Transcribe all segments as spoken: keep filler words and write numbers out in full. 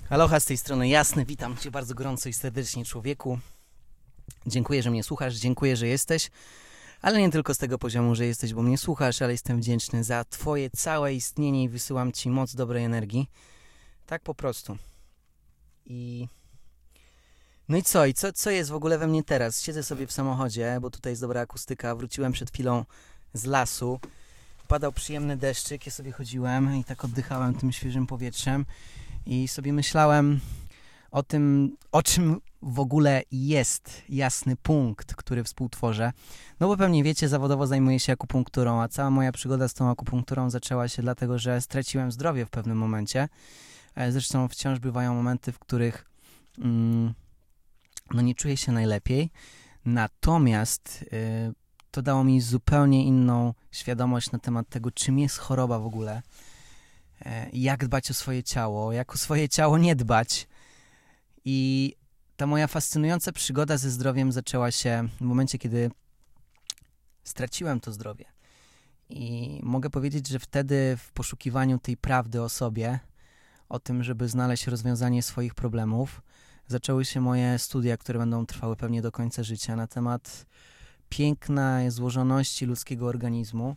Aloha, z tej strony Jasny, witam Cię bardzo gorąco i serdecznie, człowieku. Dziękuję, że mnie słuchasz, dziękuję, że jesteś, ale nie tylko z tego poziomu, że jesteś, bo mnie słuchasz, ale jestem wdzięczny za Twoje całe istnienie i wysyłam Ci moc dobrej energii. Tak po prostu. I... No i co? I co, co jest w ogóle we mnie teraz? Siedzę sobie w samochodzie, bo tutaj jest dobra akustyka, wróciłem przed chwilą z lasu, padał przyjemny deszczyk, ja sobie chodziłem i tak oddychałem tym świeżym powietrzem. I sobie myślałem o tym, o czym w ogóle jest jasny punkt, który współtworzę. No bo pewnie wiecie, zawodowo zajmuję się akupunkturą, a cała moja przygoda z tą akupunkturą zaczęła się dlatego, że straciłem zdrowie w pewnym momencie. Zresztą wciąż bywają momenty, w których mm, no nie czuję się najlepiej. Natomiast y, to dało mi zupełnie inną świadomość na temat tego, czym jest choroba w ogóle. Jak dbać o swoje ciało, jak o swoje ciało nie dbać. I ta moja fascynująca przygoda ze zdrowiem zaczęła się w momencie, kiedy straciłem to zdrowie. I mogę powiedzieć, że wtedy w poszukiwaniu tej prawdy o sobie, o tym, żeby znaleźć rozwiązanie swoich problemów, zaczęły się moje studia, które będą trwały pewnie do końca życia, na temat pięknej złożoności ludzkiego organizmu.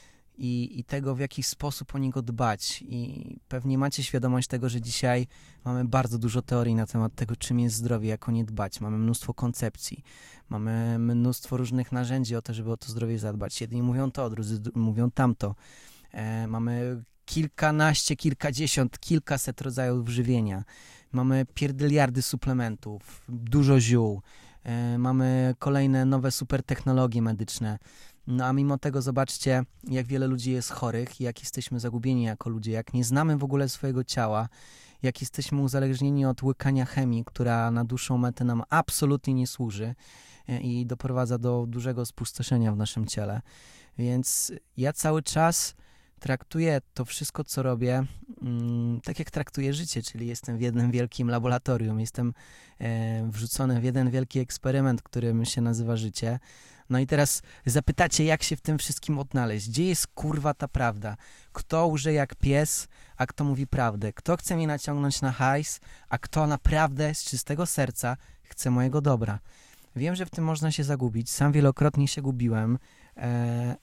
I, i tego, w jaki sposób o niego dbać. I pewnie macie świadomość tego, że dzisiaj mamy bardzo dużo teorii na temat tego, czym jest zdrowie, jak o nie dbać. Mamy mnóstwo koncepcji, mamy mnóstwo różnych narzędzi o to, żeby o to zdrowie zadbać. Jedni mówią to, drudzy mówią tamto. E, mamy kilkanaście, kilkadziesiąt, kilkaset rodzajów żywienia. Mamy pierdyliardy suplementów, dużo ziół. E, mamy kolejne nowe super technologie medyczne. No a mimo tego zobaczcie, jak wiele ludzi jest chorych, jak jesteśmy zagubieni jako ludzie, jak nie znamy w ogóle swojego ciała, jak jesteśmy uzależnieni od łykania chemii, która na dłuższą metę nam absolutnie nie służy i doprowadza do dużego spustoszenia w naszym ciele. Więc ja cały czas traktuję to wszystko, co robię, mm, tak jak traktuję życie, czyli jestem w jednym wielkim laboratorium, jestem e, wrzucony w jeden wielki eksperyment, którym się nazywa życie. No i teraz zapytacie, jak się w tym wszystkim odnaleźć? Gdzie jest kurwa ta prawda? Kto łże jak pies, a kto mówi prawdę? Kto chce mnie naciągnąć na hajs, a kto naprawdę z czystego serca chce mojego dobra? Wiem, że w tym można się zagubić. Sam wielokrotnie się gubiłem e,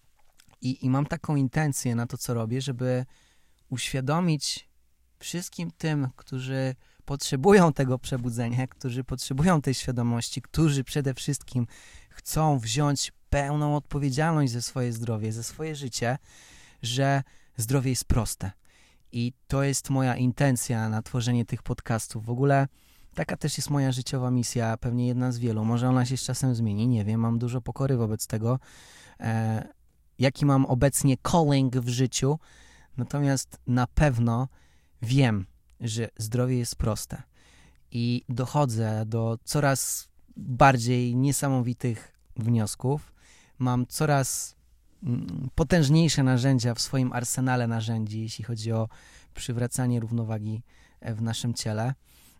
i, i mam taką intencję na to, co robię, żeby uświadomić wszystkim tym, którzy potrzebują tego przebudzenia, którzy potrzebują tej świadomości, którzy przede wszystkim chcą wziąć pełną odpowiedzialność za swoje zdrowie, za swoje życie, że zdrowie jest proste. I to jest moja intencja na tworzenie tych podcastów. W ogóle taka też jest moja życiowa misja, pewnie jedna z wielu. Może ona się z czasem zmieni, nie wiem, mam dużo pokory wobec tego, e, jaki mam obecnie calling w życiu, natomiast na pewno wiem, że zdrowie jest proste i dochodzę do coraz bardziej niesamowitych wniosków. Mam coraz potężniejsze narzędzia w swoim arsenale narzędzi, jeśli chodzi o przywracanie równowagi w naszym ciele.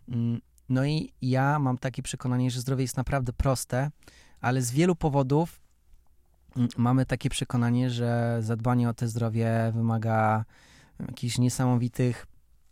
No i ja mam takie przekonanie, że zdrowie jest naprawdę proste, ale z wielu powodów mamy takie przekonanie, że zadbanie o to zdrowie wymaga jakichś niesamowitych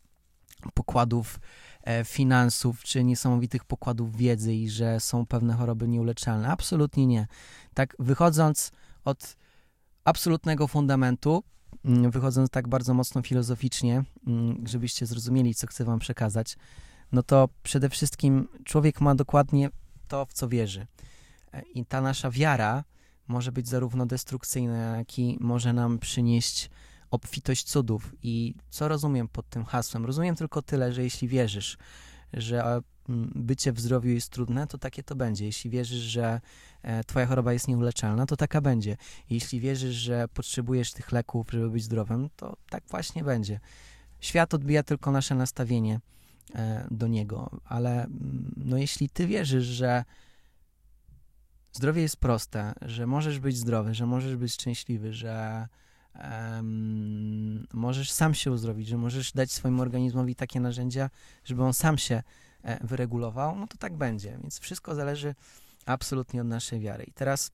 pokładów e, finansów, czy niesamowitych pokładów wiedzy i że są pewne choroby nieuleczalne. Absolutnie nie. Tak wychodząc od absolutnego fundamentu, wychodząc tak bardzo mocno filozoficznie, żebyście zrozumieli, co chcę wam przekazać, no to przede wszystkim człowiek ma dokładnie to, w co wierzy. I ta nasza wiara może być zarówno destrukcyjna, jak i może nam przynieść obfitość cudów. I co rozumiem pod tym hasłem? Rozumiem tylko tyle, że jeśli wierzysz, że bycie w zdrowiu jest trudne, to takie to będzie. Jeśli wierzysz, że twoja choroba jest nieuleczalna, to taka będzie. Jeśli wierzysz, że potrzebujesz tych leków, żeby być zdrowym, to tak właśnie będzie. Świat odbija tylko nasze nastawienie do niego, ale no jeśli ty wierzysz, że zdrowie jest proste, że możesz być zdrowy, że możesz być szczęśliwy, że um, możesz sam się uzdrowić, że możesz dać swojemu organizmowi takie narzędzia, żeby on sam się e, wyregulował, no to tak będzie. Więc wszystko zależy absolutnie od naszej wiary. I teraz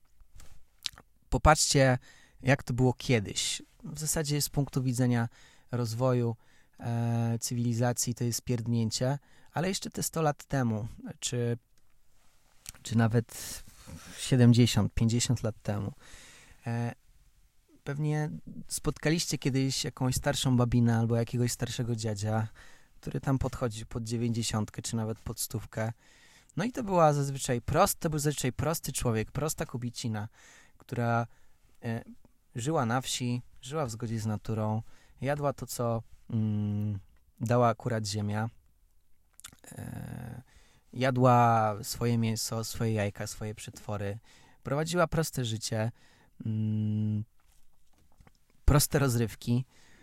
popatrzcie, jak to było kiedyś. W zasadzie z punktu widzenia rozwoju e, cywilizacji to jest pierdnięcie, ale jeszcze te sto lat temu, czy, czy nawet siedemdziesiąt, pięćdziesiąt lat temu, e, pewnie spotkaliście kiedyś jakąś starszą babinę albo jakiegoś starszego dziadzia, który tam podchodzi pod dziewięćdziesiątkę, czy nawet pod stówkę. No i to była zazwyczaj prost, to był zazwyczaj prosty człowiek, prosta kobiecina, która e, żyła na wsi, żyła w zgodzie z naturą, jadła to, co mm, dała akurat ziemia, e, jadła swoje mięso, swoje jajka, swoje przetwory, prowadziła proste życie, mm, proste rozrywki.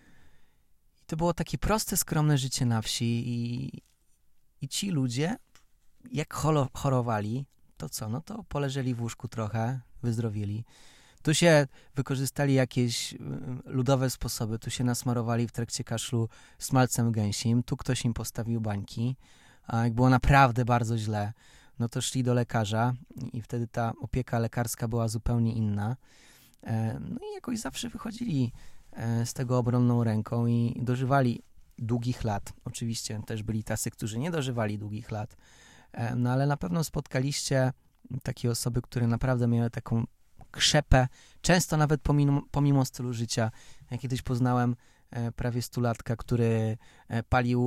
I to było takie proste, skromne życie na wsi i, i ci ludzie, jak holo, chorowali, to co? No to poleżeli w łóżku trochę, wyzdrowieli. Tu się wykorzystali jakieś y, ludowe sposoby, tu się nasmarowali w trakcie kaszlu smalcem gęsim, tu ktoś im postawił bańki, a jak było naprawdę bardzo źle, no to szli do lekarza i wtedy ta opieka lekarska była zupełnie inna. E, no i jakoś zawsze wychodzili e, z tego obronną ręką i dożywali długich lat. Oczywiście też byli tacy, którzy nie dożywali długich lat, e, no ale na pewno spotkaliście takie osoby, które naprawdę miały taką krzepę, często nawet pomimo, pomimo stylu życia. Ja kiedyś poznałem e, prawie stulatka, który e, palił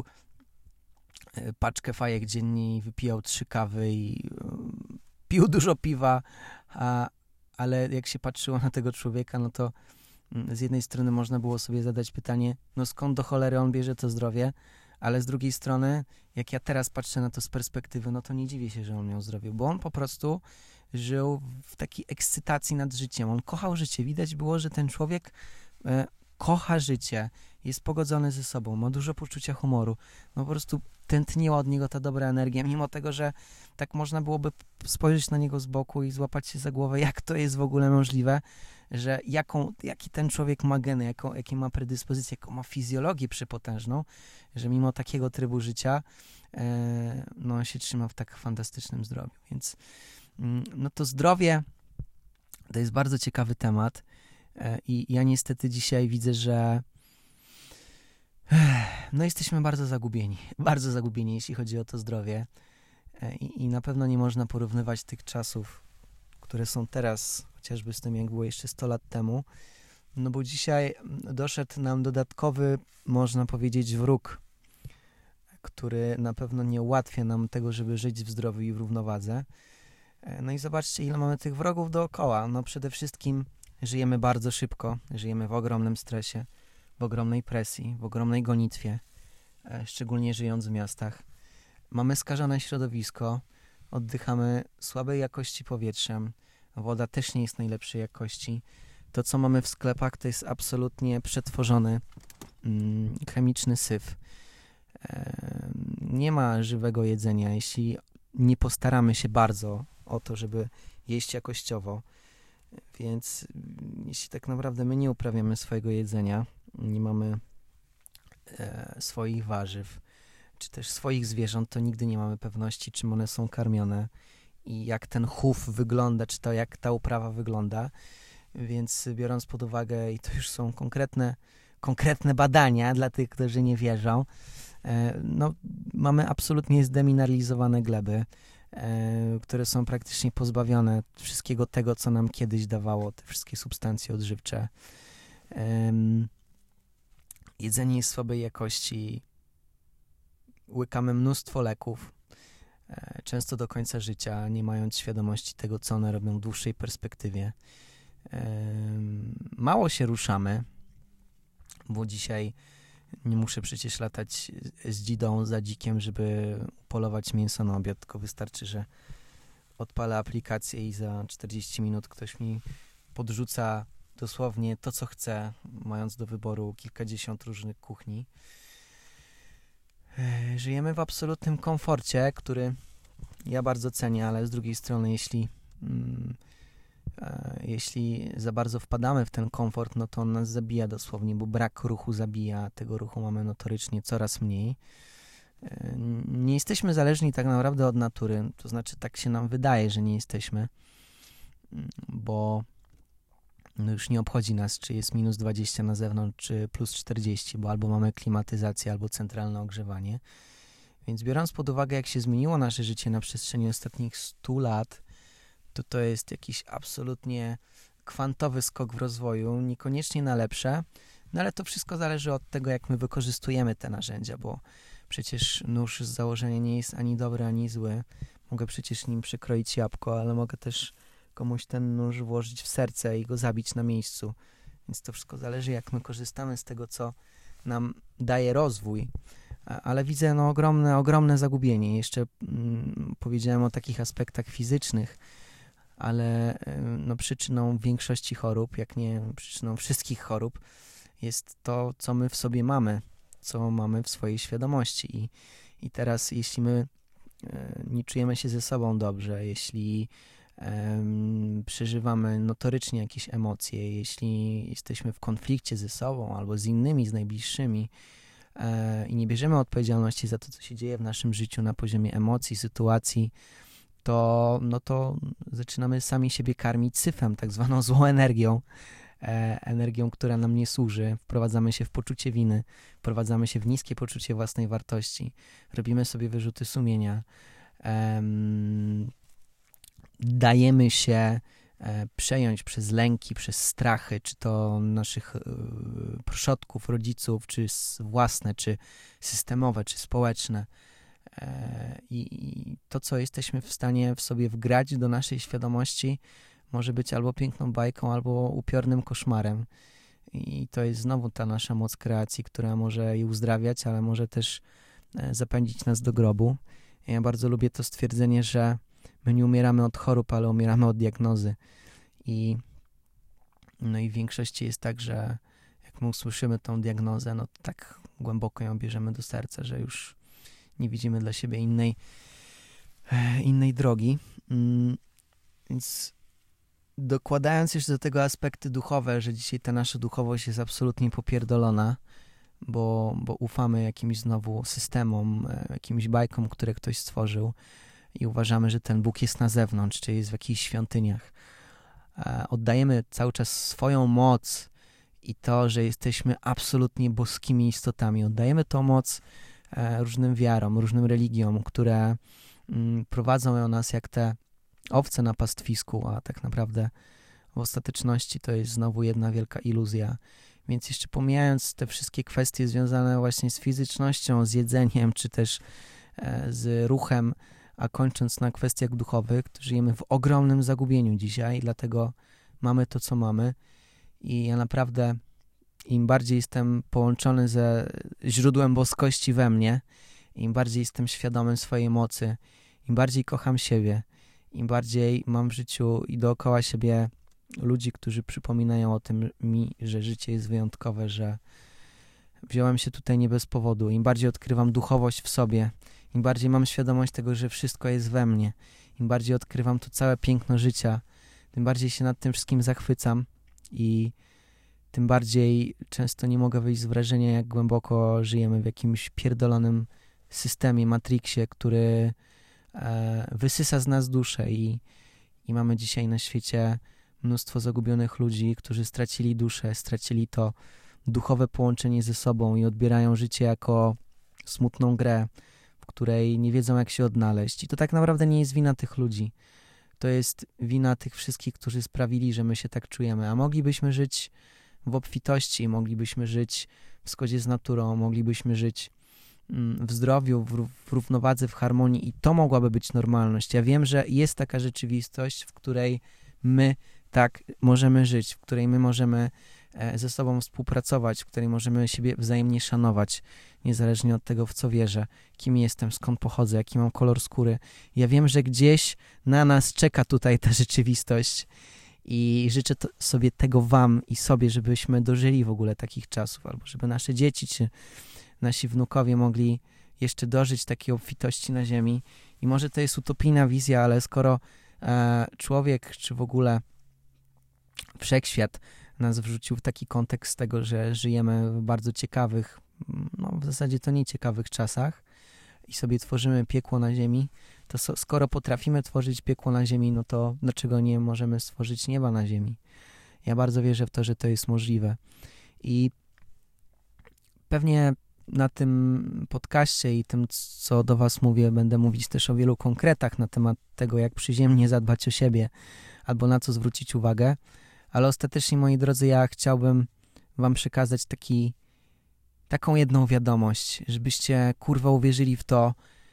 e, paczkę fajek dziennie i wypijał trzy kawy i e, pił dużo piwa, a, ale jak się patrzyło na tego człowieka, no to z jednej strony można było sobie zadać pytanie, no skąd do cholery on bierze to zdrowie, ale z drugiej strony, jak ja teraz patrzę na to z perspektywy, no to nie dziwię się, że on miał zdrowie, bo on po prostu żył w takiej ekscytacji nad życiem. On kochał życie. Widać było, że ten człowiek e, kocha życie, jest pogodzony ze sobą, ma dużo poczucia humoru. No po prostu tętniła od niego ta dobra energia, mimo tego, że tak można byłoby spojrzeć na niego z boku i złapać się za głowę, jak to jest w ogóle możliwe, że jaką, jaki ten człowiek ma geny, jaką, jakie ma predyspozycje, jaką ma fizjologię przepotężną, że mimo takiego trybu życia e, no on się trzyma w tak fantastycznym zdrowiu. Więc no to zdrowie to jest bardzo ciekawy temat e, i ja niestety dzisiaj widzę, że no jesteśmy bardzo zagubieni, bardzo zagubieni, jeśli chodzi o to zdrowie e, i, i na pewno nie można porównywać tych czasów, które są teraz, chociażby z tym, jak było jeszcze sto lat temu, no bo dzisiaj doszedł nam dodatkowy, można powiedzieć, wróg, który na pewno nie ułatwia nam tego, żeby żyć w zdrowiu i w równowadze. No i zobaczcie, ile mamy tych wrogów dookoła. No przede wszystkim żyjemy bardzo szybko, żyjemy w ogromnym stresie, w ogromnej presji, w ogromnej gonitwie, szczególnie żyjąc w miastach. Mamy skażone środowisko, oddychamy słabej jakości powietrzem, woda też nie jest najlepszej jakości. To, co mamy w sklepach, to jest absolutnie przetworzony mm, chemiczny syf. E, nie ma żywego jedzenia, jeśli nie postaramy się bardzo o to, żeby jeść jakościowo. Więc jeśli tak naprawdę my nie uprawiamy swojego jedzenia, nie mamy e, swoich warzyw, czy też swoich zwierząt, to nigdy nie mamy pewności, czym one są karmione i jak ten chów wygląda, czy to jak ta uprawa wygląda. Więc biorąc pod uwagę, i to już są konkretne, konkretne badania dla tych, którzy nie wierzą, e, no, mamy absolutnie zdemineralizowane gleby, e, które są praktycznie pozbawione wszystkiego tego, co nam kiedyś dawało, te wszystkie substancje odżywcze. E, jedzenie jest słabej jakości, łykamy mnóstwo leków, e, często do końca życia, nie mając świadomości tego, co one robią w dłuższej perspektywie. Mało się ruszamy, bo dzisiaj nie muszę przecież latać z dzidą za dzikiem, żeby polować mięso na obiad, tylko wystarczy, że odpalę aplikację i za czterdzieści minut ktoś mi podrzuca dosłownie to, co chce, mając do wyboru kilkadziesiąt różnych kuchni. Żyjemy w absolutnym komforcie, który ja bardzo cenię, ale z drugiej strony, jeśli mm, jeśli za bardzo wpadamy w ten komfort, no to on nas zabija dosłownie, bo brak ruchu zabija, tego ruchu mamy notorycznie coraz mniej. Nie jesteśmy zależni tak naprawdę od natury, to znaczy tak się nam wydaje, że nie jesteśmy, bo no już nie obchodzi nas, czy jest minus dwadzieścia na zewnątrz, czy plus czterdzieści, bo albo mamy klimatyzację, albo centralne ogrzewanie. Więc biorąc pod uwagę, jak się zmieniło nasze życie na przestrzeni ostatnich stu lat, to to jest jakiś absolutnie kwantowy skok w rozwoju, niekoniecznie na lepsze, no ale to wszystko zależy od tego, jak my wykorzystujemy te narzędzia, bo przecież nóż z założenia nie jest ani dobry, ani zły. Mogę przecież nim przekroić jabłko, ale mogę też komuś ten nóż włożyć w serce i go zabić na miejscu. Więc to wszystko zależy, jak my korzystamy z tego, co nam daje rozwój. Ale widzę no, ogromne, ogromne zagubienie. Jeszcze mm, powiedziałem o takich aspektach fizycznych, ale no, przyczyną większości chorób, jak nie przyczyną wszystkich chorób, jest to, co my w sobie mamy, co mamy w swojej świadomości. I, i teraz, jeśli my e, nie czujemy się ze sobą dobrze, jeśli e, przeżywamy notorycznie jakieś emocje, jeśli jesteśmy w konflikcie ze sobą albo z innymi, z najbliższymi e, i nie bierzemy odpowiedzialności za to, co się dzieje w naszym życiu na poziomie emocji, sytuacji, to, no to zaczynamy sami siebie karmić syfem, tak zwaną złą energią, e, energią, która nam nie służy. Wprowadzamy się w poczucie winy, wprowadzamy się w niskie poczucie własnej wartości, robimy sobie wyrzuty sumienia, em, dajemy się e, przejąć przez lęki, przez strachy, czy to naszych e, przodków, rodziców, czy własne, czy systemowe, czy społeczne. I to, co jesteśmy w stanie w sobie wgrać do naszej świadomości, może być albo piękną bajką, albo upiornym koszmarem. I to jest znowu ta nasza moc kreacji, która może je uzdrawiać, ale może też zapędzić nas do grobu. Ja bardzo lubię to stwierdzenie, że my nie umieramy od chorób, ale umieramy od diagnozy. I, no i w większości jest tak, że jak my usłyszymy tą diagnozę, no to tak głęboko ją bierzemy do serca, że już nie widzimy dla siebie innej, innej drogi. Więc dokładając jeszcze do tego aspekty duchowe, że dzisiaj ta nasza duchowość jest absolutnie popierdolona, bo, bo ufamy jakimś znowu systemom, jakimś bajkom, które ktoś stworzył i uważamy, że ten Bóg jest na zewnątrz, czy jest w jakichś świątyniach. Oddajemy cały czas swoją moc i to, że jesteśmy absolutnie boskimi istotami. Oddajemy tą moc różnym wiarom, różnym religiom, które mm, prowadzą nas jak te owce na pastwisku, a tak naprawdę w ostateczności to jest znowu jedna wielka iluzja. Więc jeszcze pomijając te wszystkie kwestie związane właśnie z fizycznością, z jedzeniem, czy też e, z ruchem, a kończąc na kwestiach duchowych, to żyjemy w ogromnym zagubieniu dzisiaj, dlatego mamy to, co mamy. I ja naprawdę im bardziej jestem połączony ze źródłem boskości we mnie, im bardziej jestem świadomy swojej mocy, im bardziej kocham siebie, im bardziej mam w życiu i dookoła siebie ludzi, którzy przypominają o tym mi, że życie jest wyjątkowe, że wziąłem się tutaj nie bez powodu. Im bardziej odkrywam duchowość w sobie, im bardziej mam świadomość tego, że wszystko jest we mnie, im bardziej odkrywam to całe piękno życia, tym bardziej się nad tym wszystkim zachwycam i tym bardziej często nie mogę wyjść z wrażenia, jak głęboko żyjemy w jakimś pierdolonym systemie, matrixie, który e, wysysa z nas duszę i, i mamy dzisiaj na świecie mnóstwo zagubionych ludzi, którzy stracili duszę, stracili to duchowe połączenie ze sobą i odbierają życie jako smutną grę, w której nie wiedzą, jak się odnaleźć. I to tak naprawdę nie jest wina tych ludzi. To jest wina tych wszystkich, którzy sprawili, że my się tak czujemy. A moglibyśmy żyć w obfitości, moglibyśmy żyć w zgodzie z naturą, moglibyśmy żyć w zdrowiu, w, w równowadze, w harmonii i to mogłaby być normalność. Ja wiem, że jest taka rzeczywistość, w której my tak możemy żyć, w której my możemy ze sobą współpracować, w której możemy siebie wzajemnie szanować, niezależnie od tego, w co wierzę, kim jestem, skąd pochodzę, jaki mam kolor skóry. Ja wiem, że gdzieś na nas czeka tutaj ta rzeczywistość i życzę to, sobie tego wam i sobie, żebyśmy dożyli w ogóle takich czasów, albo żeby nasze dzieci czy nasi wnukowie mogli jeszcze dożyć takiej obfitości na ziemi. I może to jest utopijna wizja, ale skoro e, człowiek, czy w ogóle wszechświat nas wrzucił w taki kontekst tego, że żyjemy w bardzo ciekawych, no w zasadzie to nieciekawych czasach i sobie tworzymy piekło na ziemi, to so, skoro potrafimy tworzyć piekło na ziemi, no to dlaczego nie możemy stworzyć nieba na ziemi? Ja bardzo wierzę w to, że to jest możliwe. I pewnie na tym podcaście i tym, co do was mówię, będę mówić też o wielu konkretach na temat tego, jak przyziemnie zadbać o siebie albo na co zwrócić uwagę, ale ostatecznie, moi drodzy, ja chciałbym wam przekazać taki, taką jedną wiadomość, żebyście, kurwa, uwierzyli w to,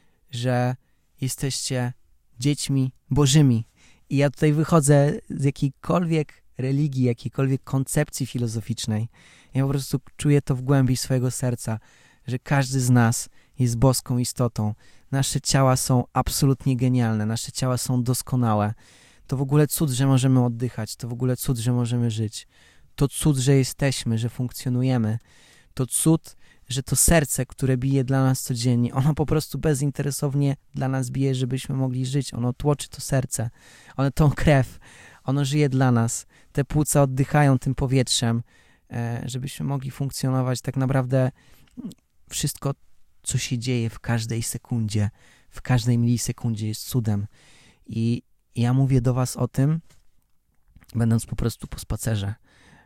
że jesteście dziećmi bożymi. I ja tutaj wychodzę z jakiejkolwiek religii, jakiejkolwiek koncepcji filozoficznej. Ja po prostu czuję to w głębi swojego serca, że każdy z nas jest boską istotą. Nasze ciała są absolutnie genialne, nasze ciała są doskonałe. To w ogóle cud, że możemy oddychać, to w ogóle cud, że możemy żyć. To cud, że jesteśmy, że funkcjonujemy. To cud, że to serce, które bije dla nas codziennie, ono po prostu bezinteresownie dla nas bije, żebyśmy mogli żyć. Ono tłoczy to serce, ono tą krew, ono żyje dla nas. Te płuca oddychają tym powietrzem, żebyśmy mogli funkcjonować. Tak naprawdę wszystko, co się dzieje w każdej sekundzie, w każdej milisekundzie jest cudem. I ja mówię do was o tym, będąc po prostu po spacerze.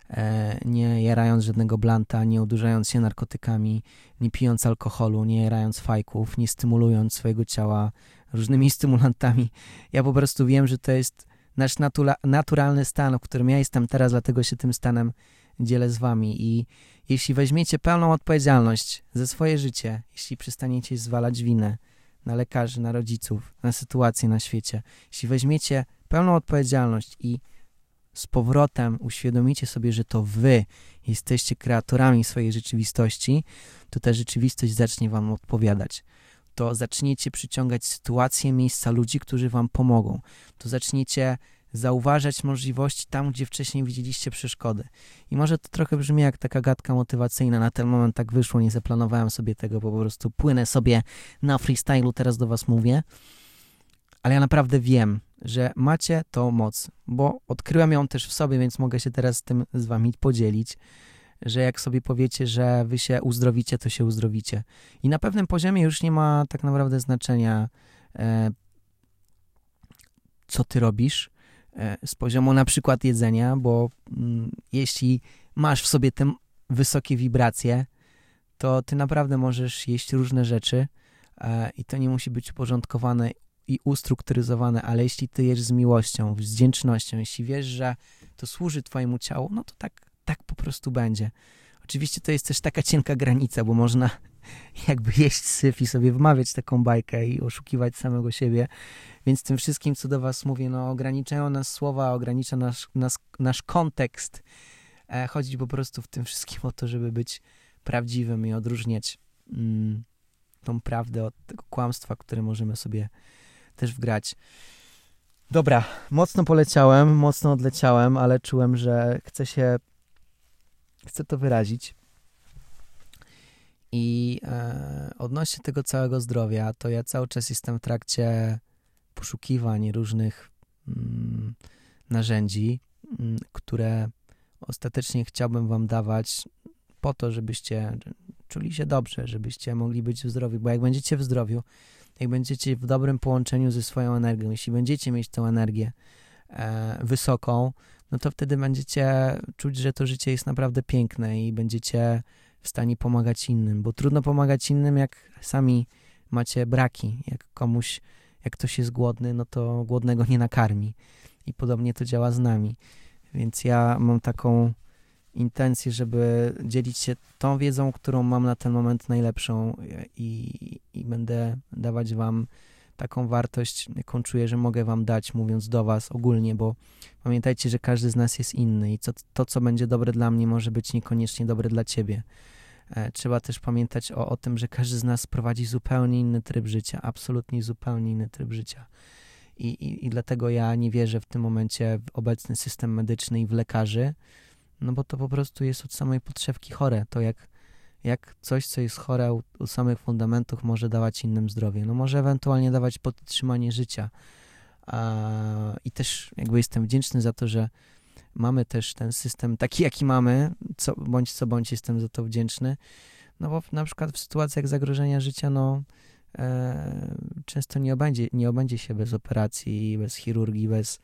Nie jarając żadnego blanta, nie odurzając się narkotykami, nie pijąc alkoholu, nie jarając fajków, nie stymulując swojego ciała różnymi stymulantami. Ja po prostu wiem, że to jest nasz natura- naturalny stan, w którym ja jestem teraz, dlatego się tym stanem dzielę z wami. I jeśli weźmiecie pełną odpowiedzialność za swoje życie, jeśli przestaniecie zwalać winę na lekarzy, na rodziców, na sytuację na świecie, jeśli weźmiecie pełną odpowiedzialność i z powrotem uświadomicie sobie, że to wy jesteście kreatorami swojej rzeczywistości, to ta rzeczywistość zacznie wam odpowiadać. To zaczniecie przyciągać sytuacje, miejsca, ludzi, którzy wam pomogą. To zaczniecie zauważać możliwości tam, gdzie wcześniej widzieliście przeszkody. I może to trochę brzmi jak taka gadka motywacyjna. Na ten moment tak wyszło, nie zaplanowałem sobie tego, bo po prostu płynę sobie na freestylu, teraz do was mówię. Ale ja naprawdę wiem, że macie tą moc, bo odkryłem ją też w sobie, więc mogę się teraz z tym z wami podzielić, że jak sobie powiecie, że wy się uzdrowicie, to się uzdrowicie. I na pewnym poziomie już nie ma tak naprawdę znaczenia, e, co ty robisz, e, z poziomu na przykład jedzenia, bo mm, jeśli masz w sobie te wysokie wibracje, to ty naprawdę możesz jeść różne rzeczy e, i to nie musi być uporządkowane i ustrukturyzowane, ale jeśli ty jesz z miłością, z wdzięcznością, jeśli wiesz, że to służy twojemu ciału, no to tak, tak po prostu będzie. Oczywiście to jest też taka cienka granica, bo można jakby jeść syf i sobie wmawiać taką bajkę i oszukiwać samego siebie, więc tym wszystkim, co do was mówię, no ograniczają nas słowa, ogranicza nasz, nas, nasz kontekst. E, chodzi po prostu w tym wszystkim o to, żeby być prawdziwym i odróżniać mm, tą prawdę od tego kłamstwa, które możemy sobie też wgrać. Dobra, mocno poleciałem, mocno odleciałem, ale czułem, że chcę się, chcę to wyrazić. I e, odnośnie tego całego zdrowia, to ja cały czas jestem w trakcie poszukiwań różnych mm, narzędzi, mm, które ostatecznie chciałbym wam dawać po to, żebyście czuli się dobrze, żebyście mogli być w zdrowiu, bo jak będziecie w zdrowiu, jak będziecie w dobrym połączeniu ze swoją energią, jeśli będziecie mieć tą energię e, wysoką, no to wtedy będziecie czuć, że to życie jest naprawdę piękne i będziecie w stanie pomagać innym, bo trudno pomagać innym, jak sami macie braki, jak komuś, jak ktoś jest głodny, no to głodnego nie nakarmi i podobnie to działa z nami, więc ja mam taką intencję, żeby dzielić się tą wiedzą, którą mam na ten moment najlepszą i, i będę dawać wam taką wartość, jaką czuję, że mogę wam dać, mówiąc do was ogólnie, bo pamiętajcie, że każdy z nas jest inny i co, to, co będzie dobre dla mnie, może być niekoniecznie dobre dla ciebie. E, trzeba też pamiętać o, o tym, że każdy z nas prowadzi zupełnie inny tryb życia, absolutnie zupełnie inny tryb życia. I, i, i dlatego ja nie wierzę w tym momencie w obecny system medyczny i w lekarzy, no bo to po prostu jest od samej podszewki chore. To jak, jak coś, co jest chore u, u samych fundamentów może dawać innym zdrowie. No może ewentualnie dawać podtrzymanie życia. A, I też jakby jestem wdzięczny za to, że mamy też ten system taki, jaki mamy, co, bądź co bądź jestem za to wdzięczny. No bo na przykład w sytuacjach zagrożenia życia, no e, często nie obędzie, nie obędzie się bez operacji, bez chirurgii, bez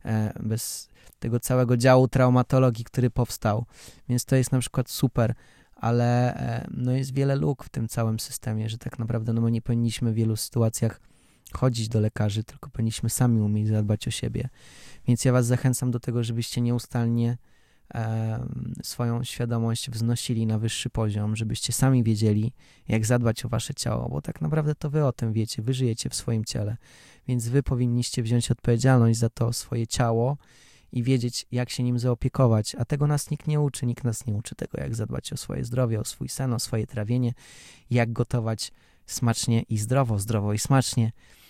bez tego całego działu traumatologii, który powstał. Więc to jest na przykład super, ale no jest wiele luk w tym całym systemie, że tak naprawdę no my nie powinniśmy w wielu sytuacjach chodzić do lekarzy, tylko powinniśmy sami umieć zadbać o siebie. Więc ja was zachęcam do tego, żebyście nieustannie e, swoją świadomość wznosili na wyższy poziom, żebyście sami wiedzieli, jak zadbać o wasze ciało, bo tak naprawdę to wy o tym wiecie, wy żyjecie w swoim ciele, więc wy powinniście wziąć odpowiedzialność za to swoje ciało i wiedzieć, jak się nim zaopiekować, a tego nas nikt nie uczy, nikt nas nie uczy tego, jak zadbać o swoje zdrowie, o swój sen, o swoje trawienie, jak gotować smacznie i zdrowo, zdrowo i smacznie.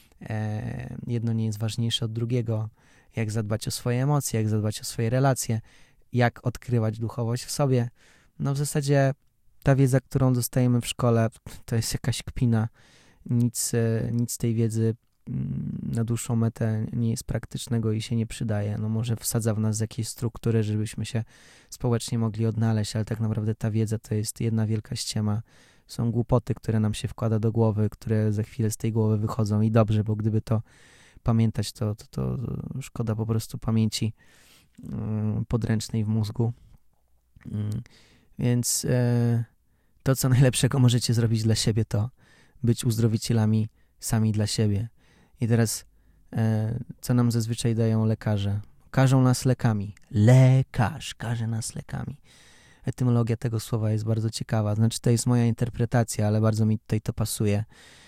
E, jedno nie jest ważniejsze od drugiego, jak zadbać o swoje emocje, jak zadbać o swoje relacje, jak odkrywać duchowość w sobie. No w zasadzie ta wiedza, którą dostajemy w szkole, to jest jakaś kpina. Nic, nic z tej wiedzy na dłuższą metę nie jest praktycznego i się nie przydaje. No może wsadza w nas jakieś struktury, żebyśmy się społecznie mogli odnaleźć, ale tak naprawdę ta wiedza to jest jedna wielka ściema. Są głupoty, które nam się wkłada do głowy, które za chwilę z tej głowy wychodzą i dobrze, bo gdyby to pamiętać, to, to, to szkoda po prostu pamięci yy, podręcznej w mózgu. Yy, więc yy, to, co najlepszego możecie zrobić dla siebie, to być uzdrowicielami sami dla siebie. I teraz, yy, co nam zazwyczaj dają lekarze? Karzą nas lekami. Lekarz każe nas lekami. Etymologia tego słowa jest bardzo ciekawa. Znaczy, to jest moja interpretacja, ale bardzo mi tutaj to pasuje.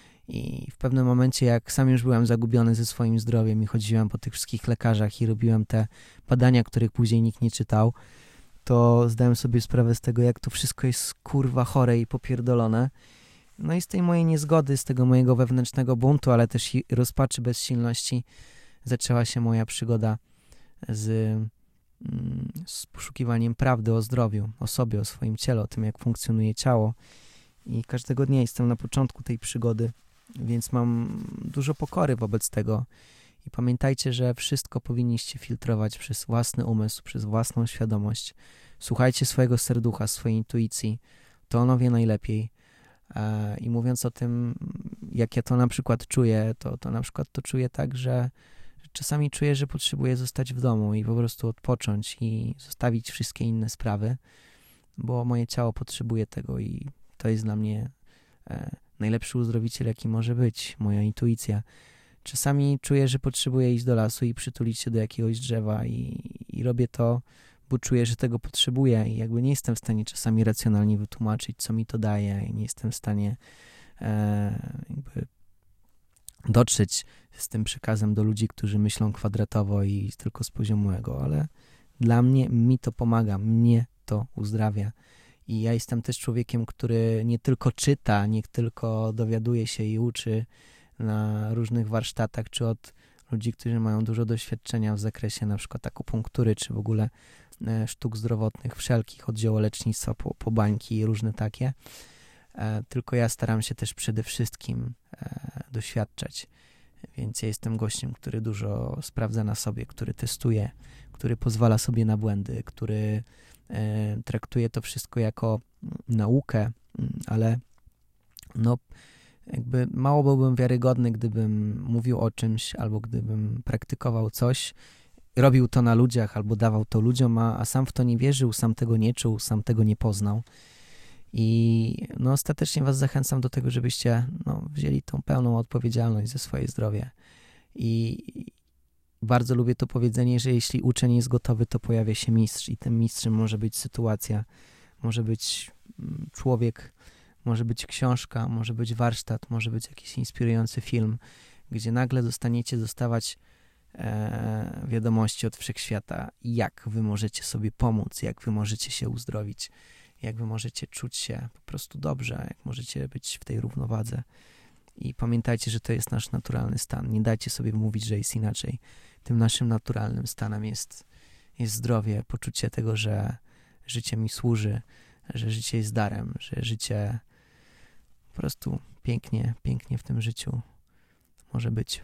I w pewnym momencie, jak sam już byłem zagubiony ze swoim zdrowiem i chodziłem po tych wszystkich lekarzach i robiłem te badania, których później nikt nie czytał, to zdałem sobie sprawę z tego, jak to wszystko jest kurwa chore i popierdolone. No i z tej mojej niezgody, z tego mojego wewnętrznego buntu, ale też i rozpaczy, bezsilności zaczęła się moja przygoda z... z poszukiwaniem prawdy o zdrowiu, o sobie, o swoim ciele, o tym, jak funkcjonuje ciało. I każdego dnia jestem na początku tej przygody, więc mam dużo pokory wobec tego. I pamiętajcie, że wszystko powinniście filtrować przez własny umysł, przez własną świadomość. Słuchajcie swojego serducha, swojej intuicji. To ono wie najlepiej. I mówiąc o tym, jak ja to na przykład czuję, to, to na przykład to czuję tak, że czasami czuję, że potrzebuję zostać w domu i po prostu odpocząć i zostawić wszystkie inne sprawy, bo moje ciało potrzebuje tego i to jest dla mnie e, najlepszy uzdrowiciel, jaki może być, moja intuicja. Czasami czuję, że potrzebuję iść do lasu i przytulić się do jakiegoś drzewa i, i robię to, bo czuję, że tego potrzebuję i jakby nie jestem w stanie czasami racjonalnie wytłumaczyć, co mi to daje i nie jestem w stanie e, jakby dotrzeć z tym przekazem do ludzi, którzy myślą kwadratowo i tylko z poziomu ego, ale dla mnie, mi to pomaga, mnie to uzdrawia. I ja jestem też człowiekiem, który nie tylko czyta, nie tylko dowiaduje się i uczy na różnych warsztatach, czy od ludzi, którzy mają dużo doświadczenia w zakresie na przykład akupunktury, czy w ogóle e, sztuk zdrowotnych wszelkich, od ziołolecznictwa po, po bańki i różne takie. E, tylko ja staram się też przede wszystkim e, doświadczać. Więc ja jestem gościem, który dużo sprawdza na sobie, który testuje, który pozwala sobie na błędy, który e, traktuje to wszystko jako naukę, ale no jakby mało byłbym wiarygodny, gdybym mówił o czymś albo gdybym praktykował coś, robił to na ludziach albo dawał to ludziom, a, a sam w to nie wierzył, sam tego nie czuł, sam tego nie poznał. I no ostatecznie was zachęcam do tego, żebyście no, wzięli tą pełną odpowiedzialność za swoje zdrowie. I bardzo lubię to powiedzenie, że jeśli uczeń jest gotowy, to pojawia się mistrz i tym mistrzem może być sytuacja, może być człowiek, może być książka, może być warsztat, może być jakiś inspirujący film, gdzie nagle dostaniecie dostawać e, wiadomości od wszechświata, jak wy możecie sobie pomóc, jak wy możecie się uzdrowić, jak wy możecie czuć się po prostu dobrze, jak możecie być w tej równowadze. I pamiętajcie, że to jest nasz naturalny stan. Nie dajcie sobie mówić, że jest inaczej. Tym naszym naturalnym stanem jest, jest zdrowie, poczucie tego, że życie mi służy, że życie jest darem, że życie po prostu pięknie, pięknie w tym życiu może być.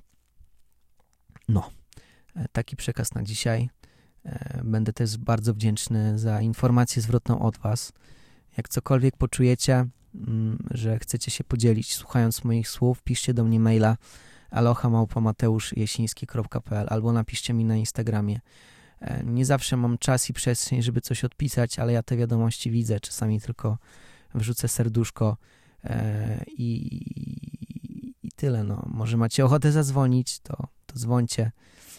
No, taki przekaz na dzisiaj. Będę też bardzo wdzięczny za informację zwrotną od was. Jak cokolwiek poczujecie, że chcecie się podzielić słuchając moich słów, piszcie do mnie maila aloha małpa mateusz jasiński kropka pe el albo napiszcie mi na Instagramie. Nie zawsze mam czas i przestrzeń, żeby coś odpisać, ale ja te wiadomości widzę. Czasami tylko wrzucę serduszko i, i tyle. No. Może macie ochotę zadzwonić, to, to dzwońcie.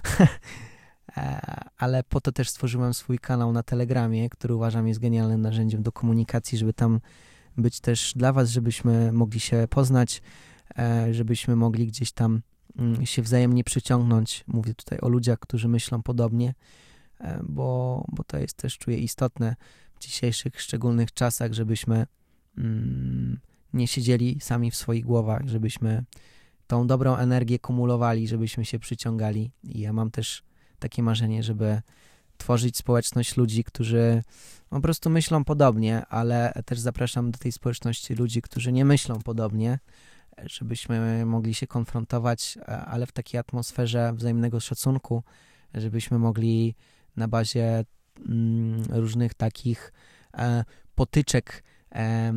Ale po to też stworzyłem swój kanał na Telegramie, który uważam jest genialnym narzędziem do komunikacji, żeby tam być też dla was, żebyśmy mogli się poznać, żebyśmy mogli gdzieś tam się wzajemnie przyciągnąć. Mówię tutaj o ludziach, którzy myślą podobnie, bo, bo to jest też, czuję, istotne w dzisiejszych szczególnych czasach, żebyśmy mm, nie siedzieli sami w swoich głowach, żebyśmy tą dobrą energię kumulowali, żebyśmy się przyciągali. I ja mam też takie marzenie, żeby tworzyć społeczność ludzi, którzy po prostu myślą podobnie, ale też zapraszam do tej społeczności ludzi, którzy nie myślą podobnie, żebyśmy mogli się konfrontować, ale w takiej atmosferze wzajemnego szacunku, żebyśmy mogli na bazie mm, różnych takich e, potyczek e, e,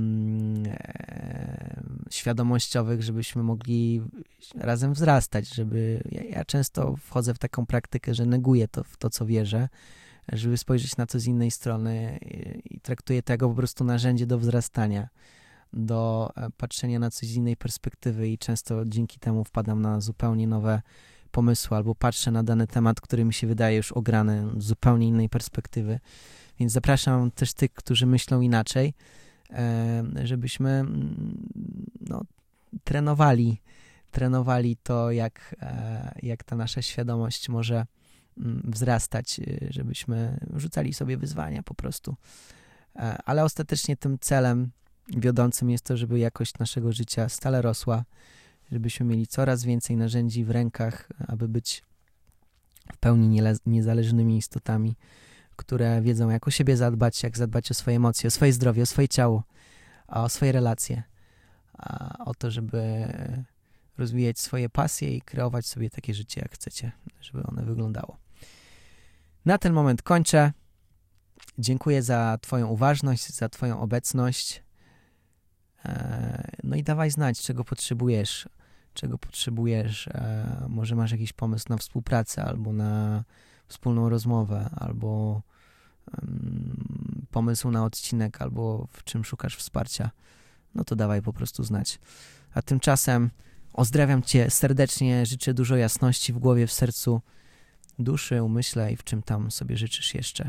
świadomościowych, żebyśmy mogli razem wzrastać, żeby ja, ja często wchodzę w taką praktykę, że neguję to, w to, co wierzę, żeby spojrzeć na to z innej strony i, i traktuję tego po prostu narzędzie do wzrastania, do patrzenia na coś z innej perspektywy i często dzięki temu wpadam na zupełnie nowe pomysły albo patrzę na dany temat, który mi się wydaje już ograny z zupełnie innej perspektywy. Więc zapraszam też tych, którzy myślą inaczej, żebyśmy no, trenowali, trenowali to, jak, jak ta nasza świadomość może wzrastać, żebyśmy rzucali sobie wyzwania po prostu. Ale ostatecznie tym celem wiodącym jest to, żeby jakość naszego życia stale rosła, żebyśmy mieli coraz więcej narzędzi w rękach, aby być w pełni niezależnymi istotami, które wiedzą, jak o siebie zadbać, jak zadbać o swoje emocje, o swoje zdrowie, o swoje ciało, o swoje relacje, a o to, żeby rozwijać swoje pasje i kreować sobie takie życie, jak chcecie, żeby one wyglądało. Na ten moment kończę. Dziękuję za twoją uważność, za twoją obecność. No i dawaj znać, czego potrzebujesz, czego potrzebujesz. Może masz jakiś pomysł na współpracę, albo na wspólną rozmowę, albo um, pomysł na odcinek, albo w czym szukasz wsparcia. No to dawaj po prostu znać. A tymczasem pozdrawiam cię serdecznie, życzę dużo jasności w głowie, w sercu, duszy, umyśle i w czym tam sobie życzysz jeszcze.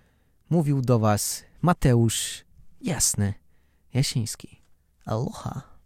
Mówił do was Mateusz Jasny Jasiński. Aloha.